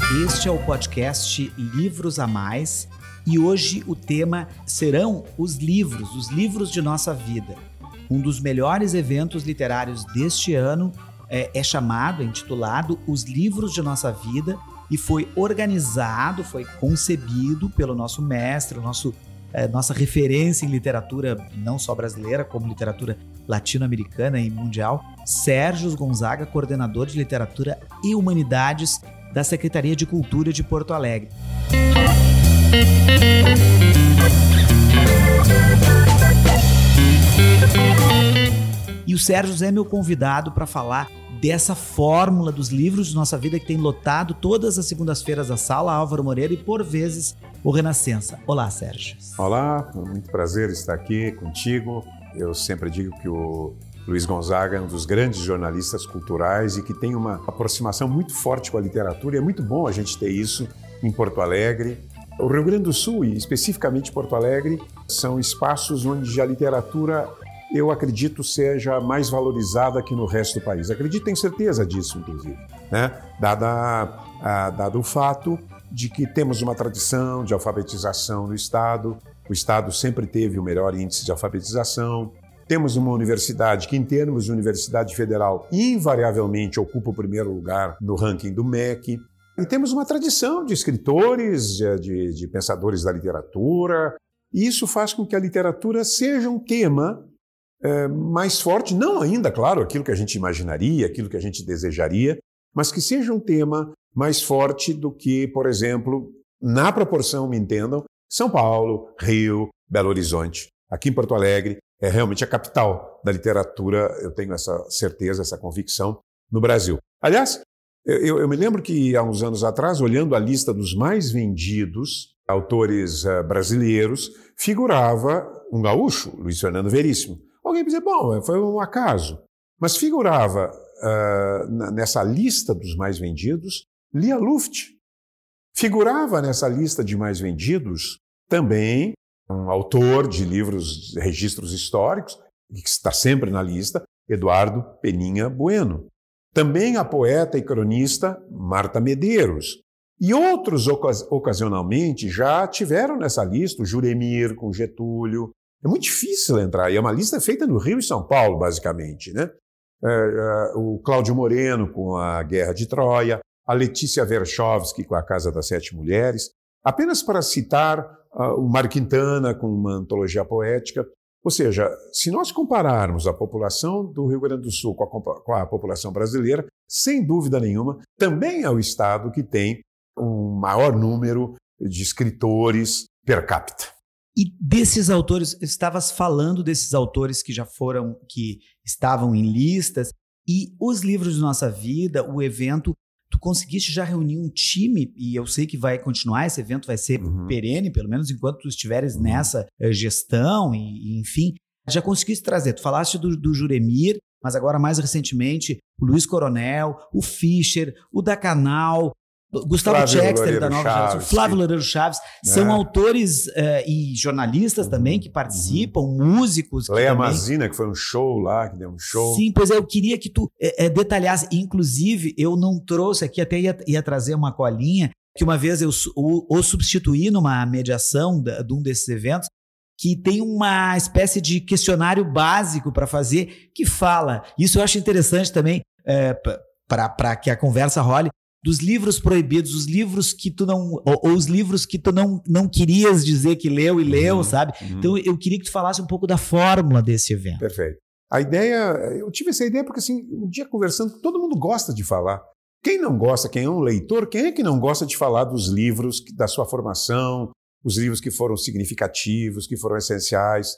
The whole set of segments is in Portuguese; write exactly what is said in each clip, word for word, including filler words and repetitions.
Este é o podcast Livros a Mais e hoje o tema serão os livros, os livros de nossa vida. Um dos melhores eventos literários deste ano é, é chamado, é intitulado Os Livros de Nossa Vida e foi organizado, foi concebido pelo nosso mestre, o nosso, é, nossa referência em literatura, não só brasileira, como literatura latino-americana e mundial, Sérgio Gonzaga, coordenador de Literatura e Humanidades da Secretaria de Cultura de Porto Alegre. E o Sérgio é meu convidado para falar dessa fórmula dos livros de nossa vida que tem lotado todas as segundas-feiras a Sala Álvaro Moreira e, por vezes, o Renascença. Olá, Sérgio. Olá, muito prazer estar aqui contigo. Eu sempre digo que o Luiz Gonzaga é um dos grandes jornalistas culturais e que tem uma aproximação muito forte com a literatura, e é muito bom a gente ter isso em Porto Alegre. O Rio Grande do Sul, e especificamente Porto Alegre, são espaços onde a literatura, eu acredito, seja mais valorizada que no resto do país. Acredito, tenho certeza disso, inclusive, né? Dada, a, dado o fato de que temos uma tradição de alfabetização no Estado, o Estado sempre teve o melhor índice de alfabetização. Temos uma universidade que, em termos de universidade federal, invariavelmente ocupa o primeiro lugar no ranking do M E C. E temos uma tradição de escritores, de, de pensadores da literatura. E isso faz com que a literatura seja um tema é, mais forte, não ainda, claro, aquilo que a gente imaginaria, aquilo que a gente desejaria, mas que seja um tema mais forte do que, por exemplo, na proporção, me entendam, São Paulo, Rio, Belo Horizonte. Aqui em Porto Alegre, é realmente a capital da literatura, eu tenho essa certeza, essa convicção, no Brasil. Aliás, eu, eu me lembro que há uns anos atrás, olhando a lista dos mais vendidos autores uh, brasileiros, figurava um gaúcho, Luiz Fernando Veríssimo. Alguém pode dizer, bom, foi um acaso. Mas figurava uh, nessa lista dos mais vendidos Lia Luft. Figurava nessa lista de mais vendidos também um autor de livros, registros históricos, que está sempre na lista, Eduardo Peninha Bueno. Também a poeta e cronista Marta Medeiros. E outros, ocasionalmente, já tiveram nessa lista, o Juremir com Getúlio. É muito difícil entrar, e é uma lista feita no Rio e São Paulo, basicamente, né? É, é, o Cláudio Moreno com a Guerra de Troia, a Letícia Verchovsky com a Casa das Sete Mulheres. Apenas para citar Uh, o Mário Quintana com uma antologia poética. Ou seja, se nós compararmos a população do Rio Grande do Sul com a, com a população brasileira, sem dúvida nenhuma, também é o estado que tem um maior número de escritores per capita. E desses autores, estavas falando desses autores que já foram, que estavam em listas, e os livros de nossa vida, o evento, tu conseguiste já reunir um time, e eu sei que vai continuar, esse evento vai ser uhum. perene, pelo menos enquanto tu estiveres uhum. nessa uh, gestão, e, e enfim, já conseguiste trazer, tu falaste do, do Juremir, mas agora mais recentemente o Luiz Coronel, o Fischer, o da Canal, Gustavo Chexter da Nova Geração, Flávio Loureiro Chaves, é. São autores uh, e jornalistas uhum. também que participam, uhum. músicos. Leia também... Mazina, que foi um show lá, que deu um show. Sim, pois é, eu queria que tu é, é, detalhasse, inclusive eu não trouxe aqui, até ia, ia trazer uma colinha, que uma vez eu o, o substituí numa mediação de, de um desses eventos, que tem uma espécie de questionário básico para fazer, que fala, isso eu acho interessante também, é, para que a conversa role, dos livros proibidos, os livros que tu não, ou, ou os livros que tu não, não querias dizer que leu e leu, uhum, sabe? Uhum. Então eu queria que tu falasse um pouco da fórmula desse evento. Perfeito. A ideia, eu tive essa ideia porque assim, um dia conversando, todo mundo gosta de falar. Quem não gosta, quem é um leitor, quem é que não gosta de falar dos livros, da sua formação, os livros que foram significativos, que foram essenciais?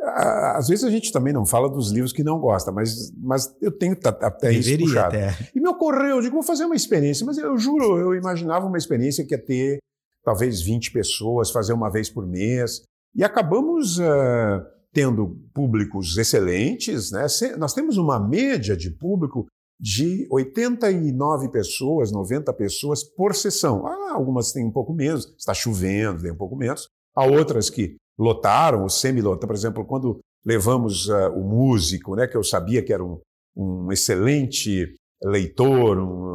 Às vezes a gente também não fala dos livros que não gosta, mas, mas eu tenho até isso puxado. Até. E me ocorreu, eu digo, vou fazer uma experiência, mas eu juro, eu imaginava uma experiência que ia ter talvez vinte pessoas, fazer uma vez por mês, e acabamos uh, tendo públicos excelentes, né? Nós temos uma média de público de oitenta e nove pessoas, noventa pessoas por sessão. Ah, algumas têm um pouco menos, está chovendo, tem um pouco menos. Há outras que lotaram ou semi-lotaram. Por exemplo, quando levamos uh, o músico, né, que eu sabia que era um, um excelente leitor, um,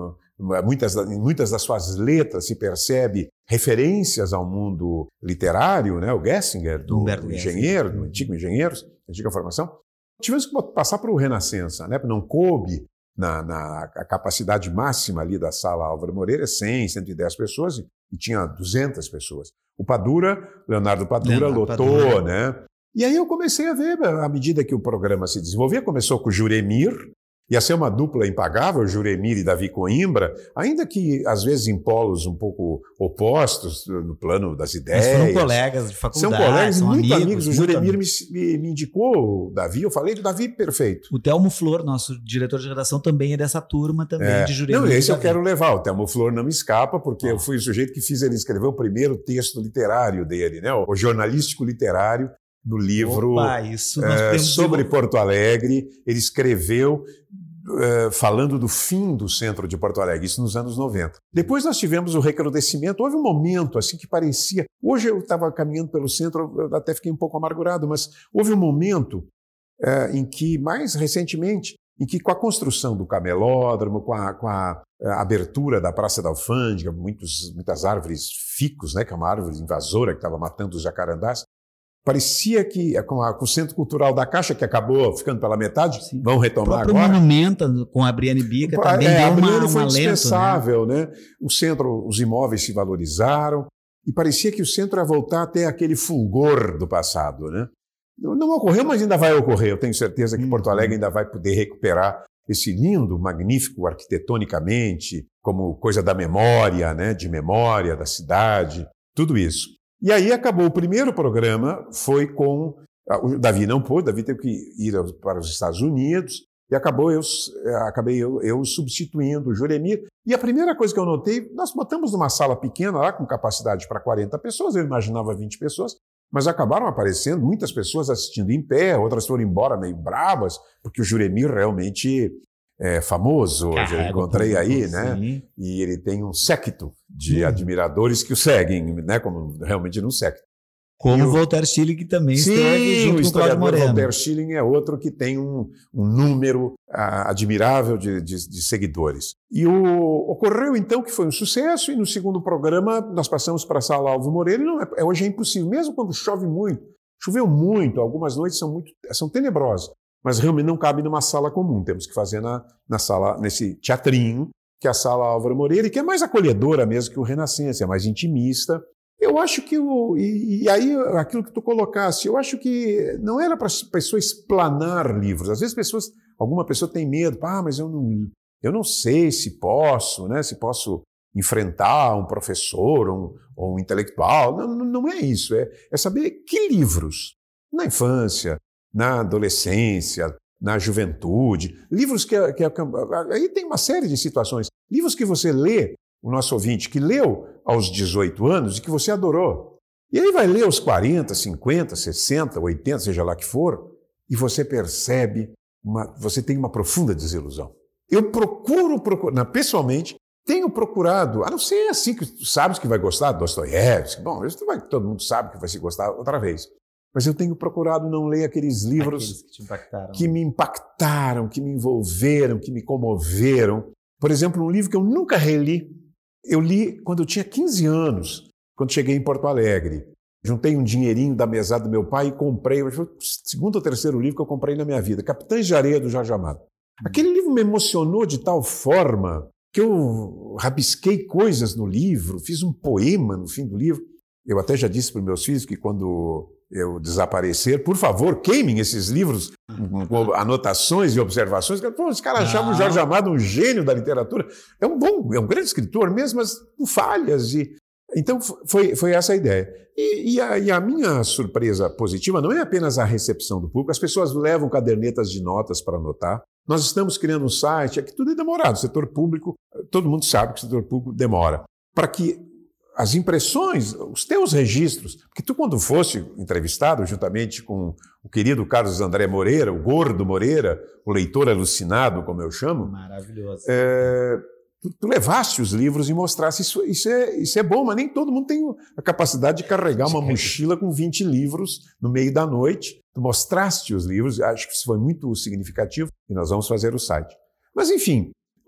muitas, em muitas das suas letras se percebe referências ao mundo literário, né? O Gessinger, do, do engenheiro, do antigo engenheiro, antiga formação. Tivemos que passar para o Renascença, né? Não coube na, na a capacidade máxima ali da sala Álvaro Moreira, cem, cento e dez pessoas, e tinha duzentas pessoas. O Padura, Leonardo Padura, Leonardo lotou, Padura. Né? E aí eu comecei a ver, à medida que o programa se desenvolvia, começou com o Juremir, ia ser uma dupla impagável, Juremir e Davi Coimbra, ainda que às vezes em polos um pouco opostos no plano das ideias. Mas foram colegas de faculdade, são colegas, são muito amigos, amigos. O Juremir me, me, me indicou o Davi, eu falei do Davi perfeito. O Telmo Flor, nosso diretor de redação, também é dessa turma também é. de Juremir. Não, esse eu quero levar, o Telmo Flor não me escapa, porque ah. eu fui o sujeito que fiz ele escrever o primeiro texto literário dele, né? O jornalístico literário, no livro Opa, isso nós é, sobre desenvolver. Porto Alegre. Ele escreveu Uh, falando do fim do centro de Porto Alegre, isso nos anos noventa. Depois nós tivemos o recrudescimento, houve um momento assim que parecia... Hoje eu estava caminhando pelo centro, eu até fiquei um pouco amargurado, mas houve um momento uh, em que, mais recentemente, em que com a construção do camelódromo, com a, com a, a abertura da Praça da Alfândega, muitos, muitas árvores ficus, né, que é uma árvore invasora que estava matando os jacarandás, parecia que, com, a, com o Centro Cultural da Caixa, que acabou ficando pela metade, Sim. vão retomar agora. O próprio Monumento, com a Briane Bica, também é, deu a uma, Briane foi uma indispensável, lento, né? né? O centro, os imóveis se valorizaram, e parecia que o centro ia voltar até aquele fulgor do passado, né? Não ocorreu, mas ainda vai ocorrer. Eu tenho certeza que hum. Porto Alegre ainda vai poder recuperar esse lindo, magnífico arquitetonicamente, como coisa da memória, né? De memória da cidade, tudo isso. E aí acabou o primeiro programa, foi com... O Davi não pôde, o Davi teve que ir para os Estados Unidos, e acabou eu, acabei eu, eu substituindo o Juremir. E a primeira coisa que eu notei, nós botamos numa sala pequena lá, com capacidade para quarenta pessoas, eu imaginava vinte pessoas, mas acabaram aparecendo muitas pessoas assistindo em pé, outras foram embora meio bravas, porque o Juremir realmente é famoso hoje, eu encontrei aí, né? Sim. E ele tem um séquito de hum. admiradores que o seguem, né? Como realmente não séquito. Como o Walter Schilling, que também Sim, esteve junto o com o Cláudio Moreno. Walter Schilling é outro que tem um, um número ah, admirável de, de, de seguidores. E o, ocorreu então que foi um sucesso, e no segundo programa nós passamos para a sala Álvaro Moreira, e não é, hoje é impossível, mesmo quando chove muito. Choveu muito, algumas noites são, muito, são tenebrosas, mas realmente não cabe numa sala comum, temos que fazer na, na sala, nesse teatrinho, que é a sala Álvaro Moreira, e que é mais acolhedora mesmo que o Renascença, é mais intimista. Eu acho que, o, e, e aí aquilo que tu colocaste, eu acho que não era para a pessoa explanar livros. Às vezes pessoas, alguma pessoa tem medo, ah, mas eu não, eu não sei se posso, né, se posso enfrentar um professor um, ou um intelectual. Não, não é isso, é, é saber que livros, na infância, na adolescência, na juventude, livros que, que... Aí tem uma série de situações. Livros que você lê, o nosso ouvinte, que leu aos dezoito anos e que você adorou. E aí vai ler aos quarenta, cinquenta, sessenta, oitenta, seja lá que for, e você percebe, uma, você tem uma profunda desilusão. Eu procuro, procuro pessoalmente, tenho procurado, a não ser assim que tu sabes que vai gostar, Dostoiévski, bom, isso vai, todo mundo sabe que vai se gostar outra vez. Mas eu tenho procurado não ler aqueles livros que, te impactaram. que me impactaram, que me envolveram, que me comoveram. Por exemplo, um livro que eu nunca reli, eu li quando eu tinha quinze anos, quando cheguei em Porto Alegre. Juntei um dinheirinho da mesada do meu pai e comprei, foi o segundo ou terceiro livro que eu comprei na minha vida, Capitães de Areia, do Jorge Amado. Aquele livro me emocionou de tal forma que eu rabisquei coisas no livro, fiz um poema no fim do livro. Eu até já disse para os meus filhos que quando eu desaparecer, por favor, queimem esses livros com anotações e observações. Pô, os caras achavam o Jorge Amado um gênio da literatura. É um bom, é um grande escritor mesmo, mas com falhas. E... Então foi, foi essa a ideia. E, e, a, e a minha surpresa positiva não é apenas a recepção do público. As pessoas levam cadernetas de notas para anotar. Nós estamos criando um site, é que tudo é demorado. O setor público, todo mundo sabe que o setor público demora. Para que as impressões, os teus registros, porque tu quando fosse entrevistado juntamente com o querido Carlos André Moreira, o Gordo Moreira, o leitor alucinado, como eu chamo. Maravilhoso. É, tu, tu levaste os livros e mostrasse, isso, isso, é, isso é bom, mas nem todo mundo tem a capacidade de carregar uma mochila com vinte livros no meio da noite. Tu mostraste os livros, acho que isso foi muito significativo e nós vamos fazer o site. Mas enfim,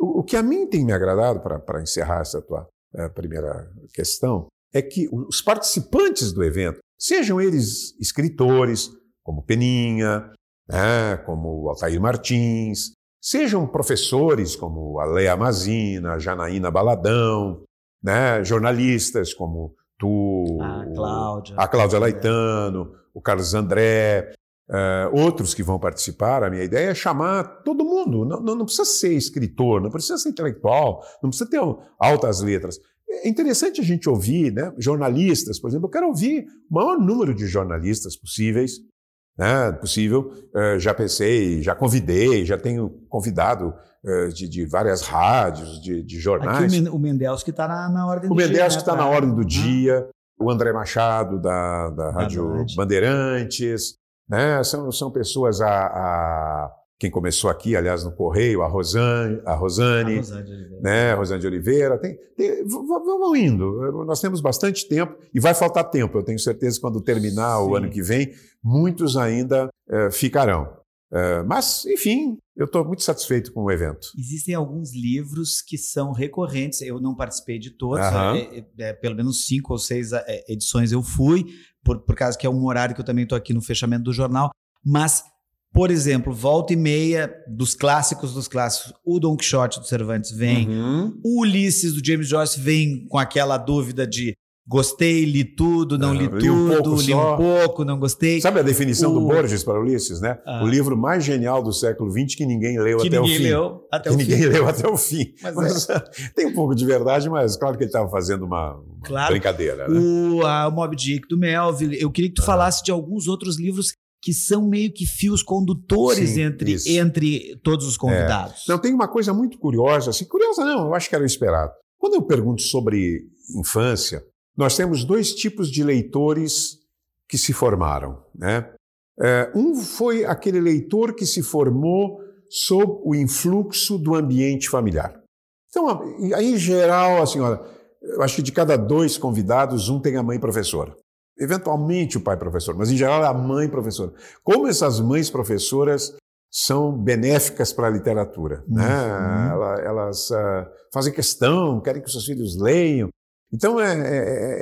O, o que a mim tem me agradado, para encerrar essa tua uh, primeira questão, é que os participantes do evento, sejam eles escritores, como Peninha, né, como Altair Martins, sejam professores como a Leia Mazina, a Janaína Baladão, né, jornalistas como tu, a Cláudia, a Cláudia Laitano, o Carlos André, uh, outros que vão participar. A minha ideia é chamar todo mundo, não, não, não precisa ser escritor, não precisa ser intelectual, não precisa ter altas letras. É interessante a gente ouvir, né, jornalistas, por exemplo. Eu quero ouvir o maior número de jornalistas possíveis, né, possível. Uh, já pensei, já convidei, já tenho convidado uh, de, de várias rádios, de, de jornais. Aqui o Mendelso que está na, na ordem do o dia. O Mendelso né, que está pra... na ordem do dia. O André Machado, da, da Rádio Verdade. Bandeirantes. Né, são, são pessoas, a, a, quem começou aqui, aliás, no Correio, a Rosane, a Rosane, a Rosane de Oliveira. Né, Rosane de Oliveira. Tem, tem, vamos indo. Nós temos bastante tempo e vai faltar tempo. Eu tenho certeza que quando terminar Sim. o ano que vem, muitos ainda uh, ficarão. Uh, mas, enfim, eu estou muito satisfeito com o evento. Existem alguns livros que são recorrentes. Eu não participei de todos. Uhum. É, é, é, pelo menos cinco ou seis é, edições eu fui, por, por causa que é um horário que eu também estou aqui no fechamento do jornal. Mas, por exemplo, volta e meia dos clássicos dos clássicos, o Don Quixote do Cervantes vem, uhum. o Ulisses do James Joyce vem com aquela dúvida de gostei, li tudo, não li, li tudo, um pouco li só. um pouco, não gostei. Sabe a definição o... do Borges para Ulisses, né? Ah. O livro mais genial do século vinte que ninguém leu que até ninguém o fim. Leu até que o ninguém fim. leu até o fim. Mas mas, é. Tem um pouco de verdade, mas claro que ele estava fazendo uma, uma claro. brincadeira. Né? O, a, o Moby Dick do Melville. Eu queria que tu ah. falasse de alguns outros livros que são meio que fios condutores Sim, entre, entre todos os convidados. É. Não, tem uma coisa muito curiosa, assim, curiosa não, eu acho que era o esperado. Quando eu pergunto sobre infância, nós temos dois tipos de leitores que se formaram. Né? É, um foi aquele leitor que se formou sob o influxo do ambiente familiar. Então, aí, em geral, assim, olha, eu acho que de cada dois convidados, um tem a mãe professora. Eventualmente o pai professor, mas em geral é a mãe professora. Como essas mães professoras são benéficas para a literatura. Uhum. Né? Elas, elas uh, fazem questão, querem que os seus filhos leiam. Então é, é,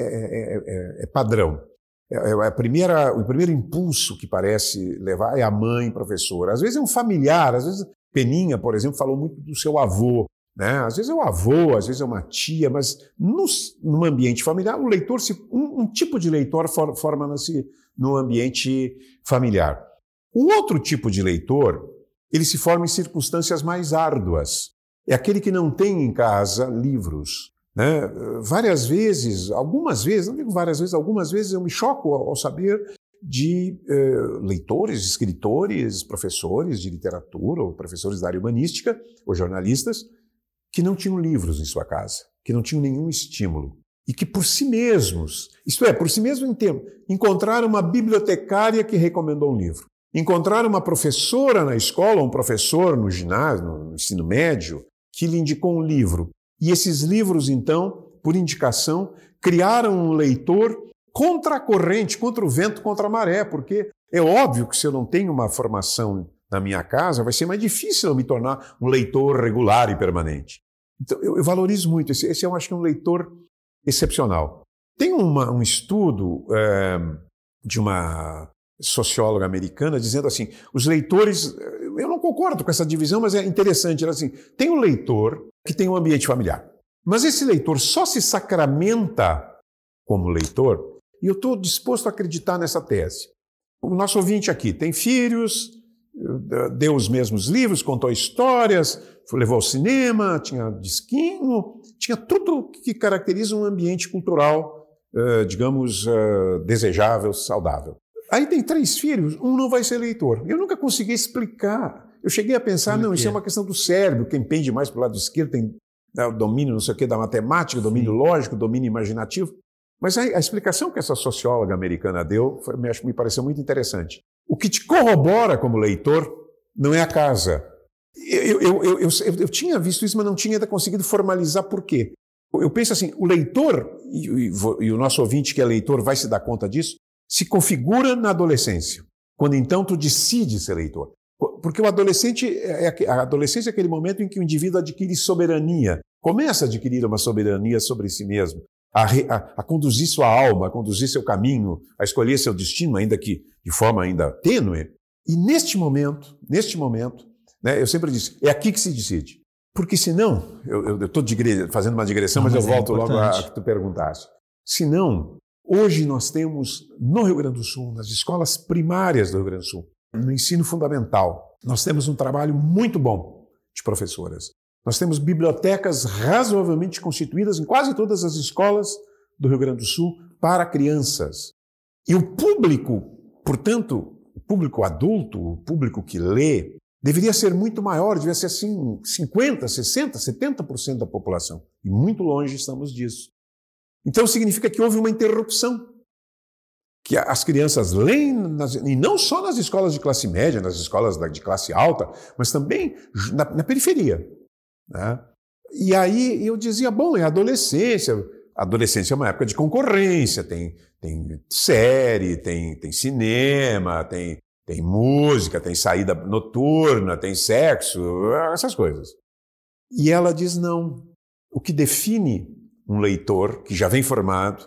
é, é, é padrão. É, é a primeira, o primeiro impulso que parece levar é a mãe professora. Às vezes é um familiar, às vezes Peninha, por exemplo, falou muito do seu avô. Né? Às vezes é o avô, às vezes é uma tia, mas no, num ambiente familiar, o leitor, se, um, um tipo de leitor for, forma-se no ambiente familiar. O outro tipo de leitor, ele se forma em circunstâncias mais árduas. É aquele que não tem em casa livros. Né? Várias vezes, algumas vezes, não digo várias vezes, algumas vezes eu me choco ao, ao saber de eh, leitores, escritores, professores de literatura, ou professores da área humanística, ou jornalistas, que não tinham livros em sua casa, que não tinham nenhum estímulo, e que por si mesmos, isto é, por si mesmos em tempo, encontraram uma bibliotecária que recomendou um livro, encontraram uma professora na escola, um professor no ginásio, no ensino médio, que lhe indicou um livro. E esses livros, então, por indicação, criaram um leitor contra a corrente, contra o vento, contra a maré, porque é óbvio que se eu não tenho uma formação na minha casa, vai ser mais difícil eu me tornar um leitor regular e permanente. Então, eu, eu valorizo muito. Esse, esse eu acho que é um leitor excepcional. Tem uma, um estudo é, de uma socióloga americana dizendo assim, os leitores, eu não concordo com essa divisão, mas é interessante, assim, tem um leitor que tem um ambiente familiar, mas esse leitor só se sacramenta como leitor, e eu estou disposto a acreditar nessa tese. O nosso ouvinte aqui tem filhos, deu os mesmos livros, contou histórias, levou ao cinema, tinha disquinho, tinha tudo que caracteriza um ambiente cultural, digamos, desejável, saudável. Aí tem três filhos, um não vai ser leitor. Eu nunca consegui explicar. Eu cheguei a pensar, não, isso é uma questão do cérebro, quem pende mais para o lado esquerdo tem né, o domínio, não sei o quê, da matemática, o domínio Sim. lógico, o domínio imaginativo. Mas a, a explicação que essa socióloga americana deu foi, me, me pareceu muito interessante. O que te corrobora como leitor não é a casa. Eu, eu, eu, eu, eu, eu tinha visto isso, mas não tinha ainda conseguido formalizar por quê. Eu penso assim, o leitor, e, e, e o nosso ouvinte que é leitor vai se dar conta disso, se configura na adolescência, quando então tu decide ser leitor. Porque o adolescente é, a adolescência é aquele momento em que o indivíduo adquire soberania, começa a adquirir uma soberania sobre si mesmo, a, a, a conduzir sua alma, a conduzir seu caminho, a escolher seu destino, ainda que de forma ainda tênue. E neste momento, neste momento, né, eu sempre disse, é aqui que se decide. Porque senão, eu estou fazendo uma digressão, Não, mas, mas eu é volto importante. logo a, a que tu perguntaste. Senão, hoje nós temos no Rio Grande do Sul, nas escolas primárias do Rio Grande do Sul, no ensino fundamental, nós temos um trabalho muito bom de professoras. Nós temos bibliotecas razoavelmente constituídas em quase todas as escolas do Rio Grande do Sul para crianças. E o público, portanto, o público adulto, o público que lê, deveria ser muito maior, devia ser assim cinquenta, sessenta, setenta por cento da população. E muito longe estamos disso. Então significa que houve uma interrupção. Que as crianças leem, nas, e não só nas escolas de classe média, nas escolas de classe alta, mas também na, na periferia. Né? E aí eu dizia, bom, é adolescência. A adolescência é uma época de concorrência, tem, tem série, tem, tem cinema, tem, tem música, tem saída noturna, tem sexo, essas coisas. E ela diz, não, o que define um leitor que já vem formado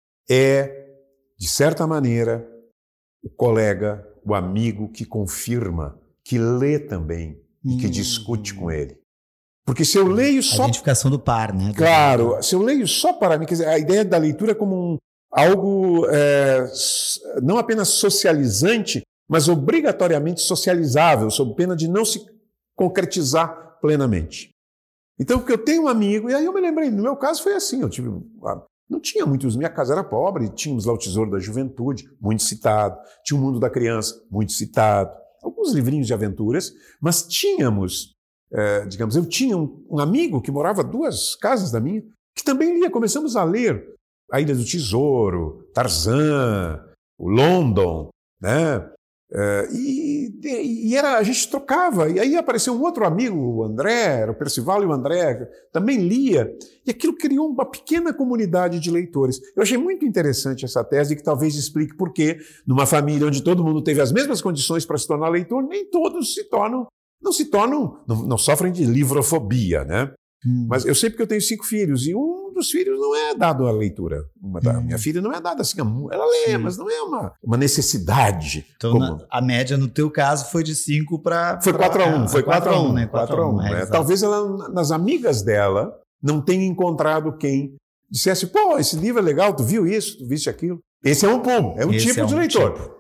é, de certa maneira, o colega, o amigo que confirma, que lê também e que hum. discute com ele. Porque se eu leio só... A identificação do par, né? Claro, se eu leio só para mim, quer dizer, a ideia da leitura como um, algo é, não apenas socializante, mas obrigatoriamente socializável, sob pena de não se concretizar plenamente. Então, porque eu tenho um amigo, e aí eu me lembrei, no meu caso foi assim, eu tive... Não tinha muitos, minha casa era pobre, tínhamos lá o Tesouro da Juventude, muito citado, tinha o Mundo da Criança, muito citado, alguns livrinhos de aventuras, mas tínhamos, é, digamos, eu tinha um, um amigo que morava duas casas da minha, que também lia, começamos a ler A Ilha do Tesouro, Tarzan, o London, né? É, e, e era, a gente trocava, e aí apareceu um outro amigo, o André, o Percival e o André, também lia, e aquilo criou uma pequena comunidade de leitores. Eu achei muito interessante essa tese, que talvez explique por que, numa família onde todo mundo teve as mesmas condições para se tornar leitor, nem todos se tornam, não se tornam, não, não sofrem de livrofobia, né? Hum. Mas eu sei porque eu tenho cinco filhos, e um dos filhos não é dado à leitura. Uma da hum. minha filha não é dada assim, ela lê, Sim. mas não é uma, uma necessidade. Então, na, a média no teu caso foi de cinco para... Foi quatro a um, foi quatro a um, né? quatro a um. É, talvez ela, nas amigas dela, não tenha encontrado quem dissesse, pô, esse livro é legal, tu viu isso, tu viste aquilo. Esse é um pum, é um esse tipo é um de leitor. Tipo.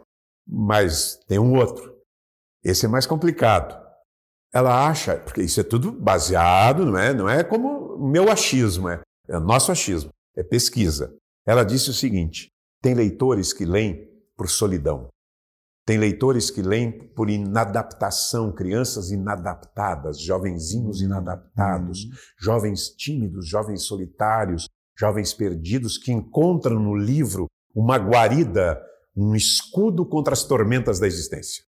Mas tem um outro. Esse é mais complicado. Ela acha, porque isso é tudo baseado, não é, não é como o meu achismo, é, é o nosso achismo, é pesquisa. Ela disse o seguinte, tem leitores que leem por solidão, tem leitores que leem por inadaptação, crianças inadaptadas, jovenzinhos inadaptados, uhum. jovens tímidos, jovens solitários, jovens perdidos que encontram no livro uma guarida, um escudo contra as tormentas da existência.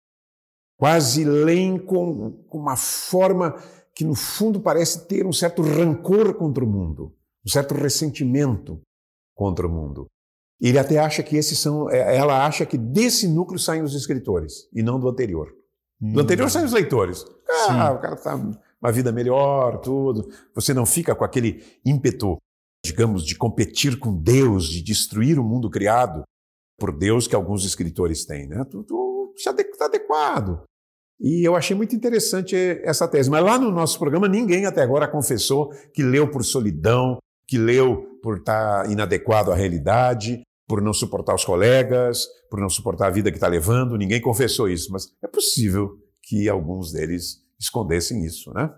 Quase leem com, com uma forma que, no fundo, parece ter um certo rancor contra o mundo, um certo ressentimento contra o mundo. Ele até acha que esses são... Ela acha que desse núcleo saem os escritores, e não do anterior. Hum. Do anterior saem os leitores. Ah, Sim. o cara está uma vida melhor, tudo. Você não fica com aquele ímpeto, digamos, de competir com Deus, de destruir o mundo criado por Deus que alguns escritores têm, né? Tu, tu já está adequado. E eu achei muito interessante essa tese. Mas lá no nosso programa ninguém até agora confessou que leu por solidão, que leu por estar inadequado à realidade, por não suportar os colegas, por não suportar a vida que está levando. Ninguém confessou isso, mas é possível que alguns deles escondessem isso, né?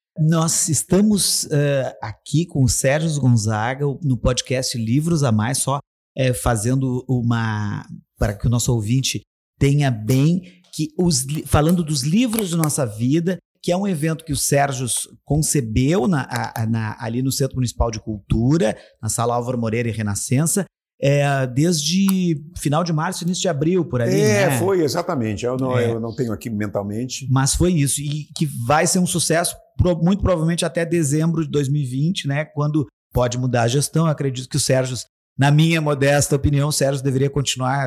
Nós estamos uh, aqui com o Sérgio Gonzaga no podcast Livros a Mais, só uh, fazendo uma... para que o nosso ouvinte tenha bem... Que os, falando dos livros de nossa vida, que é um evento que o Sérgio concebeu na, a, na, ali no Centro Municipal de Cultura, na Sala Álvaro Moreira e Renascença, é, desde final de março, início de abril, por ali. É, né? foi, exatamente. Eu não, é. eu não tenho aqui mentalmente. Mas foi isso, e que vai ser um sucesso, muito provavelmente até dezembro de dois mil e vinte, né? Quando pode mudar a gestão. Eu acredito que o Sérgio, na minha modesta opinião, o Sérgio deveria continuar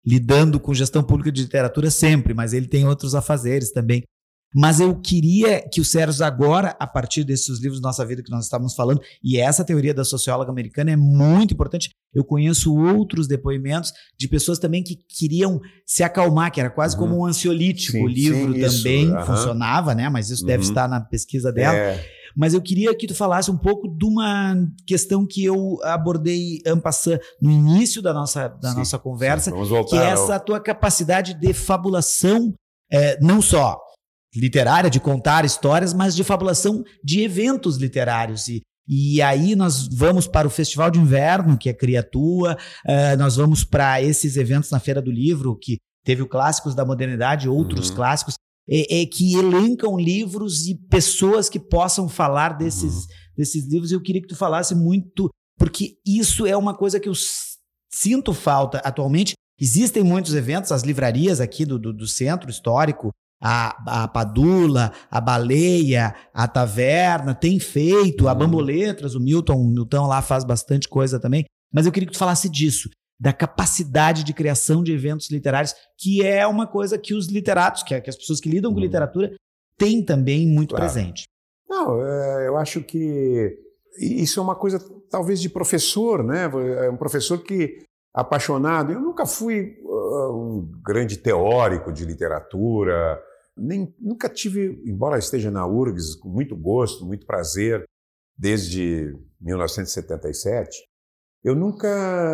lidando com gestão pública de literatura sempre, mas ele tem outros afazeres também. Mas eu queria que o Sérgio agora, a partir desses livros Nossa Vida que nós estávamos falando, e essa teoria da socióloga americana é muito importante. Eu conheço outros depoimentos de pessoas também que queriam se acalmar, que era quase uhum. como um ansiolítico. Sim, o livro sim, também uhum. funcionava, né? Mas isso uhum. deve estar na pesquisa dela. É. Mas eu queria que tu falasse um pouco de uma questão que eu abordei en passant no início da nossa, da sim, nossa conversa, que é essa ao... tua capacidade de fabulação, é, não só literária, de contar histórias, mas de fabulação de eventos literários. E, e aí nós vamos para o Festival de Inverno, que é Criatua, uh, nós vamos para esses eventos na Feira do Livro, que teve o Clássicos da Modernidade, outros uhum. clássicos, é, é, que elencam livros e pessoas que possam falar desses, uhum. desses livros. Eu queria que tu falasse muito, porque isso é uma coisa que eu sinto falta atualmente. Existem muitos eventos, as livrarias aqui do, do, do Centro Histórico, A, a Padula, a Baleia, a Taverna, tem feito, a Bamboletras, o Milton, o Milton lá faz bastante coisa também, mas eu queria que tu falasse disso, da capacidade de criação de eventos literários, que é uma coisa que os literatos, que, que as pessoas que lidam com literatura, têm também muito claro. presente. Não, eu acho que isso é uma coisa talvez de professor, né? É um professor que apaixonado. Eu nunca fui uh, um grande teórico de literatura, nem, nunca tive, embora esteja na U R G S com muito gosto, muito prazer, desde mil novecentos e setenta e sete, eu nunca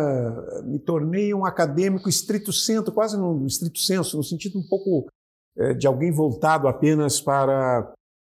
me tornei um acadêmico estrito sensu, quase no estrito sensu, no sentido um pouco é, de alguém voltado apenas para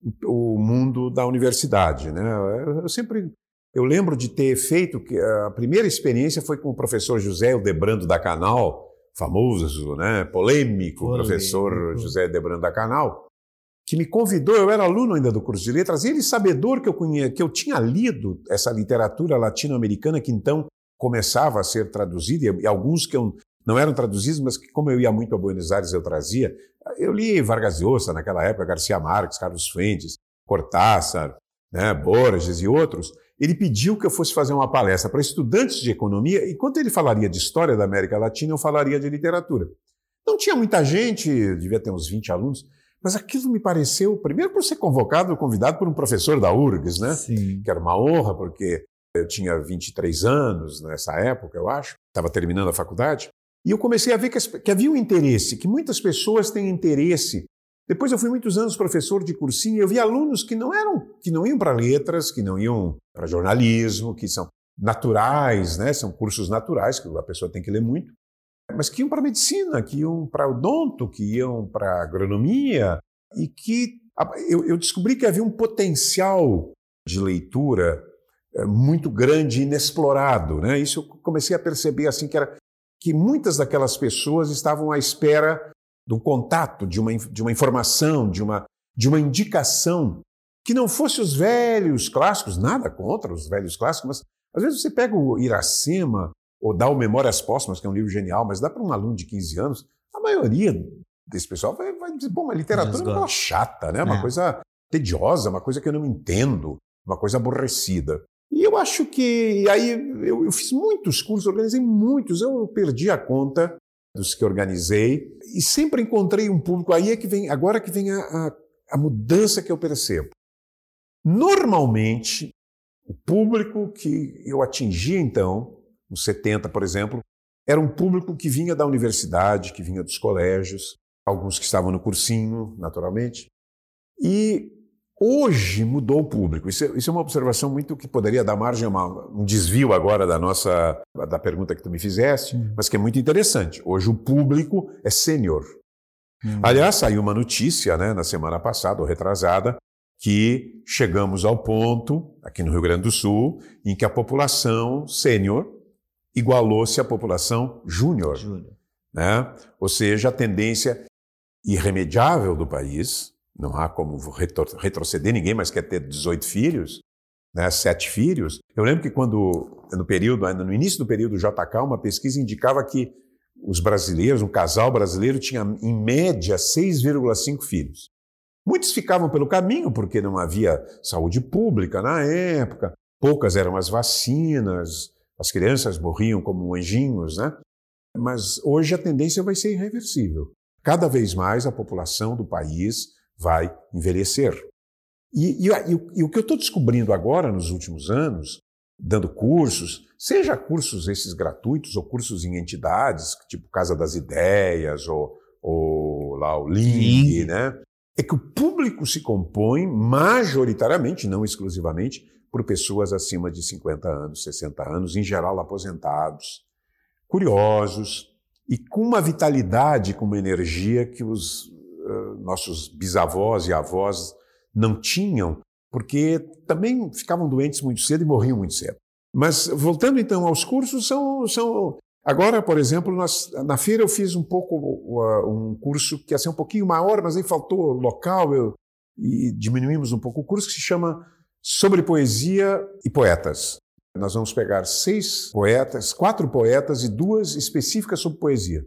o mundo da universidade, né? Eu sempre, eu lembro de ter feito, que a primeira experiência foi com o professor José Hildebrando da Canal, famoso, né, polêmico Olê, professor José Hildebrando da Canal, que me convidou, eu era aluno ainda do curso de letras, e ele, sabedor que eu, conhecia, que eu tinha lido essa literatura latino-americana que então começava a ser traduzida, e, e alguns que eu, não eram traduzidos, mas que como eu ia muito a Buenos Aires eu trazia. Eu li Vargas Llosa naquela época, Garcia Marques, Carlos Fuentes, Cortázar, né, Borges e outros. Ele pediu que eu fosse fazer uma palestra para estudantes de economia, e enquanto ele falaria de história da América Latina, eu falaria de literatura. Não tinha muita gente, devia ter uns vinte alunos, mas aquilo me pareceu, primeiro por ser convocado, convidado por um professor da U R G S, né? Sim. Que era uma honra, porque eu tinha vinte e três anos nessa época, eu acho, estava terminando a faculdade, e eu comecei a ver que, que havia um interesse, que muitas pessoas têm interesse. Depois eu fui muitos anos professor de cursinho e eu vi alunos que não eram, que não iam para letras, que não iam para jornalismo, que são naturais, né? São cursos naturais, que a pessoa tem que ler muito, mas que iam para medicina, que iam para odonto, que iam para agronomia, e que eu, eu descobri que havia um potencial de leitura muito grande e inexplorado, né? Isso eu comecei a perceber assim que era que muitas daquelas pessoas estavam à espera do contato, de uma, de uma informação, de uma, de uma indicação, que não fosse os velhos clássicos, nada contra os velhos clássicos, mas às vezes você pega o Iracema, ou dá o Memórias Póstumas, que é um livro genial, mas dá para um aluno de quinze anos, a maioria desse pessoal vai, vai dizer, bom, a literatura é uma coisa chata, né? Uma é. coisa tediosa, uma coisa que eu não entendo, uma coisa aborrecida. E eu acho que, e aí eu, eu fiz muitos cursos, organizei muitos, eu perdi a conta dos que organizei, e sempre encontrei um público, aí é que vem, agora que vem a, a, a mudança que eu percebo. Normalmente, o público que eu atingia então, nos setenta, por exemplo, era um público que vinha da universidade, que vinha dos colégios, alguns que estavam no cursinho, naturalmente, e hoje mudou o público. Isso é, isso é uma observação muito que poderia dar margem a uma, um desvio agora da nossa da pergunta que tu me fizeste, hum. mas que é muito interessante. Hoje o público é sênior. Hum. Aliás, saiu uma notícia, né, na semana passada, ou retrasada, que chegamos ao ponto, aqui no Rio Grande do Sul, em que a população sênior igualou-se à população júnior. Né? Ou seja, a tendência irremediável do país, não há como retro, retroceder, ninguém mais quer ter dezoito filhos, né, sete filhos. Eu lembro que quando, no período, ainda no início do período J K, uma pesquisa indicava que os brasileiros, um casal brasileiro tinha em média seis vírgula cinco filhos. Muitos ficavam pelo caminho porque não havia saúde pública na época, poucas eram as vacinas, as crianças morriam como anjinhos, né? Mas hoje a tendência vai ser irreversível. Cada vez mais a população do país vai envelhecer. E, e, e, e o que eu estou descobrindo agora, nos últimos anos, dando cursos, seja cursos esses gratuitos ou cursos em entidades, tipo Casa das Ideias ou, ou lá o Ling, né? É que o público se compõe majoritariamente, não exclusivamente, por pessoas acima de cinquenta anos, sessenta anos, em geral aposentados, curiosos e com uma vitalidade, com uma energia que os uh, nossos bisavós e avós não tinham, porque também ficavam doentes muito cedo e morriam muito cedo. Mas, voltando então aos cursos, são... são agora, por exemplo, nós, na feira eu fiz um pouco uh, um curso que ia ser um pouquinho maior, mas aí faltou local eu, e diminuímos um pouco o curso, que se chama Sobre Poesia e Poetas. Nós vamos pegar seis poetas, quatro poetas e duas específicas sobre poesia.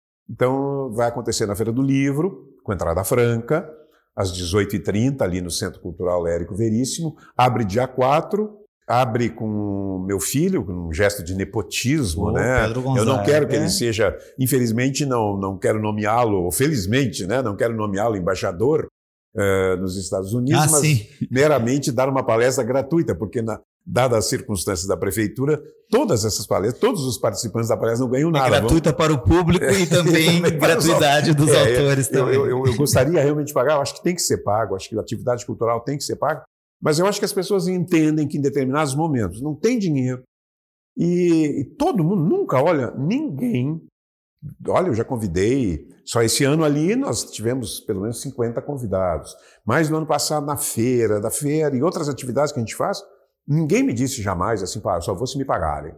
Então, vai acontecer na Feira do Livro, com entrada franca, às dezoito e trinta, ali no Centro Cultural Érico Veríssimo. Abre dia quatro, abre com meu filho, com um gesto de nepotismo, oh, né? Pedro Gonzaga, eu não quero que é? ele seja, infelizmente, não, não quero nomeá-lo, ou felizmente, né? Não quero nomeá-lo embaixador uh, nos Estados Unidos, ah, mas sim. meramente dar uma palestra gratuita, porque na dadas as circunstâncias da prefeitura, todas essas palestras, todos os participantes da palestra não ganham nada. É gratuita vamos... para o público e também é, gratuidade dos é, autores eu, também. Eu, eu, eu gostaria realmente de pagar, eu acho que tem que ser pago, acho que a atividade cultural tem que ser paga, mas eu acho que as pessoas entendem que em determinados momentos não tem dinheiro e, e todo mundo nunca, olha, ninguém, olha, eu já convidei, só esse ano ali nós tivemos pelo menos cinquenta convidados, mas no ano passado na feira, da feira e outras atividades que a gente faz, ninguém me disse jamais assim, pá, só vou se me pagarem.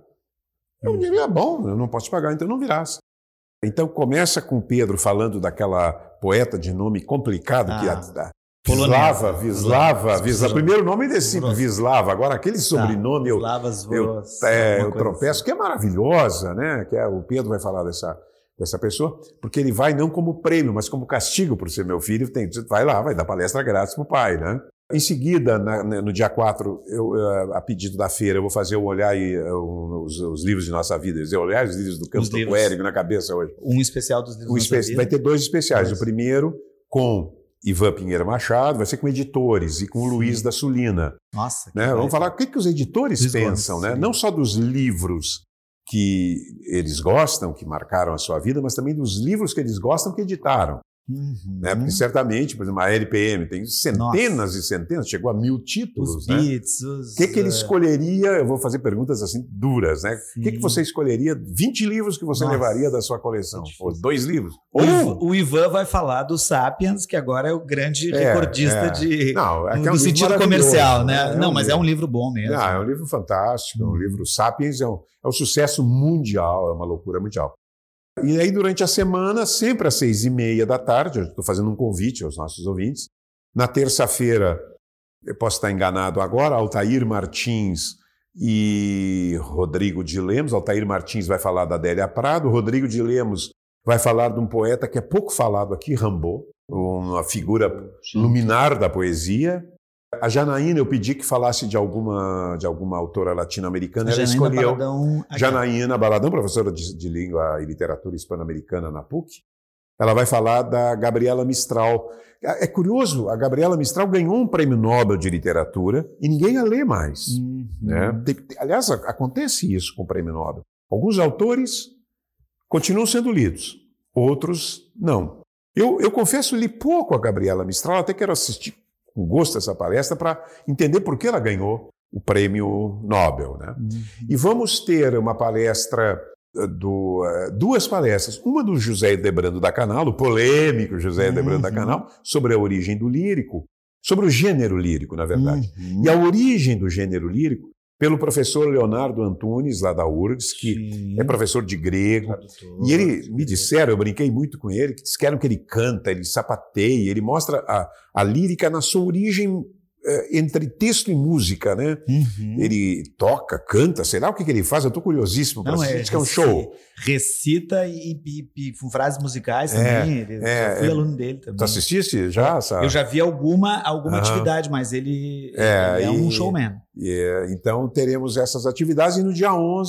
Eu diria, bom, eu não posso te pagar, então não virás. Então começa com Pedro falando daquela poeta de nome complicado, ah, que é a Vislava, Vislava, Vislava. Primeiro nome desse Vislava, agora aquele sobrenome eu, eu, é, eu tropeço, que é maravilhosa, né? Que é, o Pedro vai falar dessa, dessa pessoa, porque ele vai não como prêmio, mas como castigo por ser meu filho, tem, vai lá, vai dar palestra grátis pro pai, né? Em seguida, na, no dia quatro, eu, a pedido da feira, eu vou fazer o Olhar e um, os, os livros de nossa vida. Dizer, Olhar os livros do Campo, estou com o Érico na cabeça hoje. Um especial dos livros um da espe- nossa vida. Vai ter dois especiais. Dois. O primeiro com Ivan Pinheiro Machado, vai ser com editores e com o Luiz da Sulina. Nossa. Né? Vamos falar o que, que os editores Luiz pensam, Gomes, né? Não só dos livros que eles gostam, que marcaram a sua vida, mas também dos livros que eles gostam, que editaram. Uhum. Né? Porque certamente, por exemplo, a L P M tem centenas Nossa. e centenas, chegou a mil títulos. Os né? beats, os... O que, que ele escolheria? Eu vou fazer perguntas assim duras, né? Sim. O que, que você escolheria? vinte livros que você Nossa. levaria da sua coleção? Ou dois livros? O, Ou... o Ivan vai falar do Sapiens, que agora é o grande é, recordista é. de Não, é do é um sentido comercial, né? É Não, um mas livro. é um livro bom mesmo. Não, é um livro fantástico, hum. é um livro Sapiens, é um, é um sucesso mundial, é uma loucura mundial. E aí, durante a semana, sempre às seis e meia da tarde, eu estou fazendo um convite aos nossos ouvintes. Na terça-feira, eu posso estar enganado agora, Altair Martins e Rodrigo de Lemos. Altair Martins vai falar da Adélia Prado, Rodrigo de Lemos vai falar de um poeta que é pouco falado aqui, Rimbaud, uma figura luminar da poesia. A Janaína, eu pedi que falasse de alguma, de alguma autora latino-americana, ela escolheu Baladão, Janaína Baladão, professora de, de língua e literatura hispano-americana na P U C. Ela vai falar da Gabriela Mistral. É curioso, a Gabriela Mistral ganhou um prêmio Nobel de literatura e ninguém a lê mais. Uhum. Né? Tem, aliás, acontece isso com o prêmio Nobel. Alguns autores continuam sendo lidos, outros não. Eu, eu confesso, li pouco a Gabriela Mistral, até quero assistir com gosto essa palestra para entender por que ela ganhou o prêmio Nobel. Né? Uhum. E vamos ter uma palestra, do, duas palestras, uma do José Hildebrando da Canal, o polêmico José Hildebrando uhum. da Canal, sobre a origem do lírico, sobre o gênero lírico, na verdade. Uhum. E a origem do gênero lírico, pelo professor Leonardo Antunes, lá da U R G S, que Sim. é professor de grego. Tradutor, e ele me disseram, eu brinquei muito com ele, que disseram que ele canta, ele sapateia, ele mostra a, a lírica na sua origem é, entre texto e música, né? Uhum. Ele toca, canta, sei lá o que, que ele faz, eu estou curiosíssimo para assistir, diz que é um show. Recita e, e, e com frases musicais também, é, é, eu fui é, aluno dele também. Tu assististe já? Sabe? Eu já vi alguma, alguma uhum. atividade, mas ele é, ele é um e, showman. E, então teremos essas atividades e no dia onze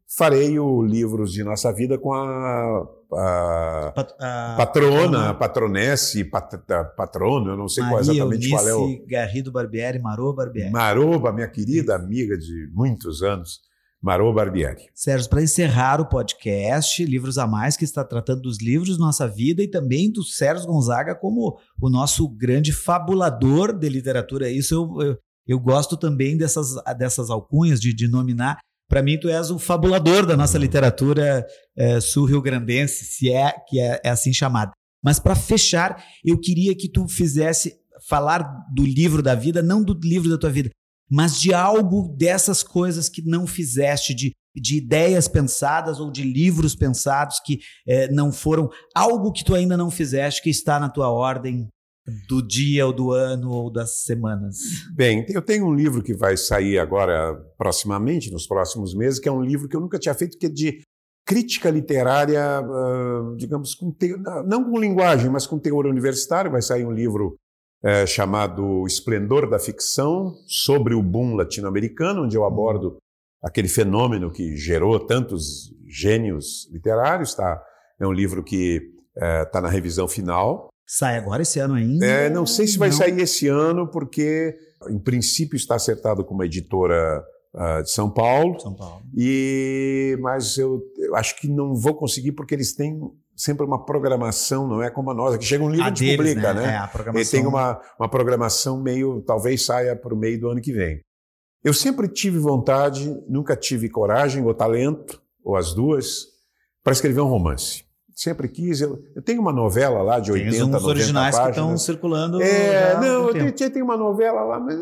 farei o Livros de Nossa Vida com a, a, Pat, a patrona, a patronesse, pat, patrono, eu não sei Maria qual exatamente Eunice qual é o... Garrido Barbieri, Marô Barbieri. Maroba, minha querida amiga de muitos anos, Marô Barbieri. Sérgio, para encerrar o podcast, Livros a Mais, que está tratando dos livros de nossa vida e também do Sérgio Gonzaga como o nosso grande fabulador de literatura. Isso eu, eu, eu gosto também dessas, dessas alcunhas, de, de nominar. Para mim, tu és o fabulador da nossa literatura é, sul-rio-grandense, se é que é, é assim chamada. Mas para fechar, eu queria que tu fizesse falar do livro da vida, não do livro da tua vida, mas de algo dessas coisas que não fizeste, de, de ideias pensadas ou de livros pensados que é, não foram, algo que tu ainda não fizeste, que está na tua ordem do dia ou do ano ou das semanas. Bem, eu tenho um livro que vai sair agora proximamente, nos próximos meses, que é um livro que eu nunca tinha feito, que é de crítica literária, uh, digamos, com te... não com linguagem, mas com teor universitário. Vai sair um livro uh, chamado Esplendor da Ficção, sobre o boom latino-americano, onde eu abordo aquele fenômeno que gerou tantos gênios literários. Tá? É um livro que está uh, na revisão final. Sai agora esse ano ainda? É, não sei se vai não. sair esse ano, porque, em princípio, está acertado com uma editora uh, de São Paulo. São Paulo. E, mas eu, eu acho que não vou conseguir, porque eles têm sempre uma programação, não é como a nossa, que chega um livro a e a gente deles, publica, né? né? É, a programação... Ele tem uma, uma programação meio, talvez saia para o meio do ano que vem. Eu sempre tive vontade, nunca tive coragem ou talento, ou as duas, para escrever um romance. Sempre quis. Eu, eu tenho uma novela lá de oitenta, noventa páginas. Tem uns originais páginas. Que estão circulando. É, já não, eu tempo. tenho, tenho uma novela lá, mas...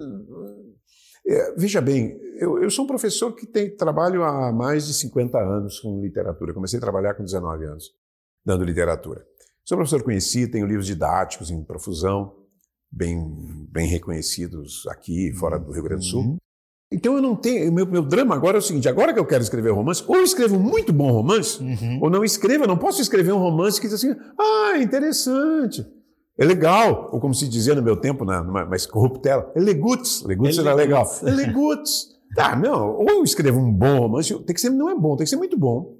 É, veja bem, eu, eu sou um professor que tem, trabalho há mais de cinquenta anos com literatura. Comecei a trabalhar com dezenove anos, dando literatura. Sou professor conhecido, tenho livros didáticos em profusão, bem, bem reconhecidos aqui, fora do Rio Grande do Sul. Uhum. Então eu não tenho... Meu, meu drama agora é o seguinte, agora que eu quero escrever romance, ou eu escrevo um muito bom romance, uhum. ou não escrevo, eu não posso escrever um romance que diz assim, ah, interessante, é legal, ou como se dizia no meu tempo, na, numa mais corruptela, é legutz, legutz era legal, é legutz. Tá, não, ou eu escrevo um bom romance, tem que ser, não é bom, tem que ser muito bom,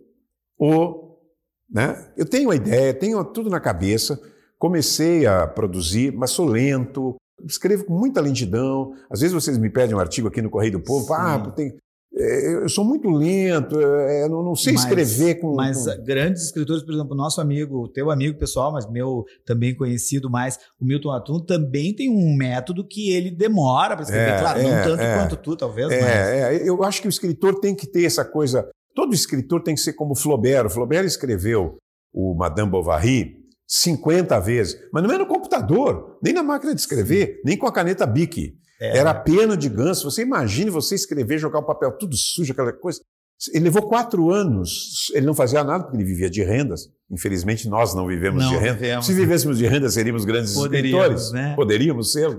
ou, né, eu tenho a ideia, tenho tudo na cabeça, comecei a produzir, mas sou lento, escrevo com muita lentidão. Às vezes vocês me pedem um artigo aqui no Correio do Povo, ah, tem, eu sou muito lento, eu não sei mas, escrever com... Mas com... grandes escritores, por exemplo, nosso amigo, teu amigo pessoal, mas meu também conhecido mais, o Milton Atum, também tem um método que ele demora para escrever. É, claro, é, não tanto é, quanto tu, talvez. É, mas... é, eu acho que o escritor tem que ter essa coisa... Todo escritor tem que ser como Flaubert. O Flaubert escreveu o Madame Bovary cinquenta vezes, mas não é no computador, nem na máquina de escrever, Sim. nem com a caneta Bic. É. Era pena de ganso. Você imagine você escrever, jogar o papel tudo sujo, aquela coisa. Ele levou quatro anos, ele não fazia nada porque ele vivia de rendas. Infelizmente, nós não vivemos não de rendas. Vivemos. Se vivêssemos de rendas, seríamos grandes Poderíamos, escritores. Né? Poderíamos ser.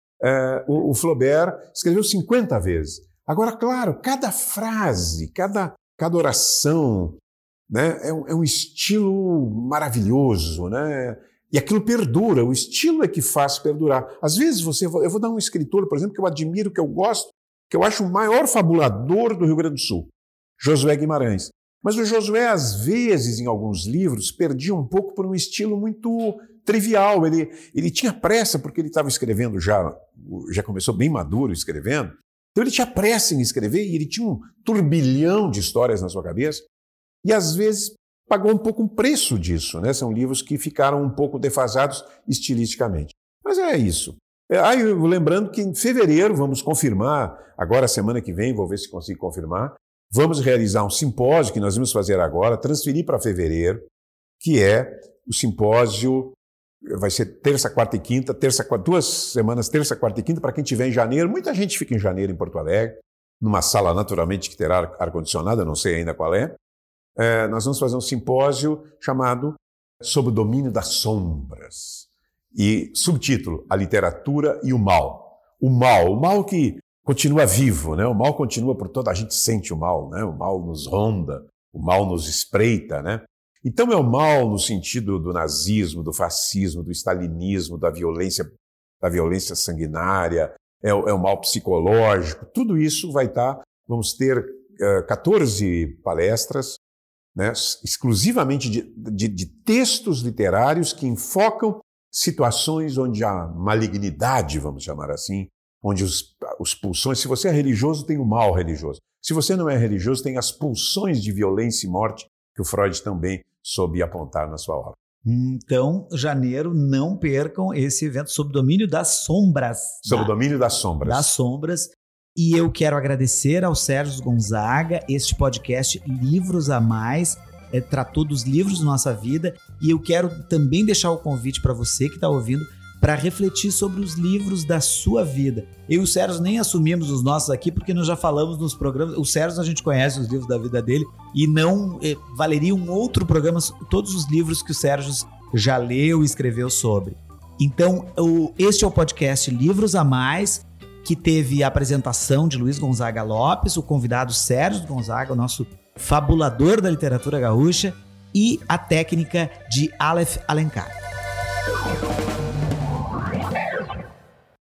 é, o, o Flaubert escreveu cinquenta vezes. Agora, claro, cada frase, cada, cada oração, né, é, um, é um estilo maravilhoso, né? E aquilo perdura, o estilo é que faz perdurar. Às vezes você... Eu vou dar um escritor, por exemplo, que eu admiro, que eu gosto, que eu acho o maior fabulador do Rio Grande do Sul, Josué Guimarães. Mas o Josué, às vezes, em alguns livros, perdia um pouco por um estilo muito trivial. Ele, ele tinha pressa, porque ele estava escrevendo já, já começou bem maduro escrevendo. Então ele tinha pressa em escrever e ele tinha um turbilhão de histórias na sua cabeça. E, às vezes, pagou um pouco um preço disso, né? São livros que ficaram um pouco defasados estilisticamente. Mas é isso. Aí, ah, lembrando que em fevereiro vamos confirmar, agora semana que vem, vou ver se consigo confirmar, vamos realizar um simpósio que nós vamos fazer agora, transferir para fevereiro, que é o simpósio, vai ser terça, quarta e quinta, terça, duas semanas, terça, quarta e quinta, para quem estiver em janeiro. Muita gente fica em janeiro em Porto Alegre, numa sala naturalmente que terá ar-condicionado, eu não sei ainda qual é. É, nós vamos fazer um simpósio chamado Sob o Domínio das Sombras. E subtítulo, A Literatura e o Mal. O mal, o mal que continua vivo, né? O mal continua por toda a gente sente o mal, né? O mal nos ronda, o mal nos espreita, né? Então é o mal no sentido do nazismo, do fascismo, do stalinismo, da violência, da violência sanguinária, é o, é o mal psicológico. Tudo isso vai estar, vamos ter uh, catorze palestras, né, exclusivamente de, de, de textos literários que enfocam situações onde há malignidade, vamos chamar assim, onde os, os pulsões, se você é religioso, tem o mal religioso. Se você não é religioso, tem as pulsões de violência e morte que o Freud também soube apontar na sua obra. Então, janeiro, não percam esse evento sob o domínio das sombras. Sob o domínio das sombras. Das sombras. E eu quero agradecer ao Sérgio Gonzaga. Este podcast Livros a Mais é, tratou dos livros da nossa vida. E eu quero também deixar o convite para você que está ouvindo para refletir sobre os livros da sua vida. Eu e o Sérgio nem assumimos os nossos aqui, porque nós já falamos nos programas. O Sérgio, a gente conhece os livros da vida dele e não eh, valeria um outro programa, todos os livros que o Sérgio já leu e escreveu sobre. Então, o, este é o podcast Livros a Mais, que teve a apresentação de Luiz Gonzaga Lopes, o convidado Sérgio Gonzaga, o nosso fabulador da literatura gaúcha, e a técnica de Aleph Alencar.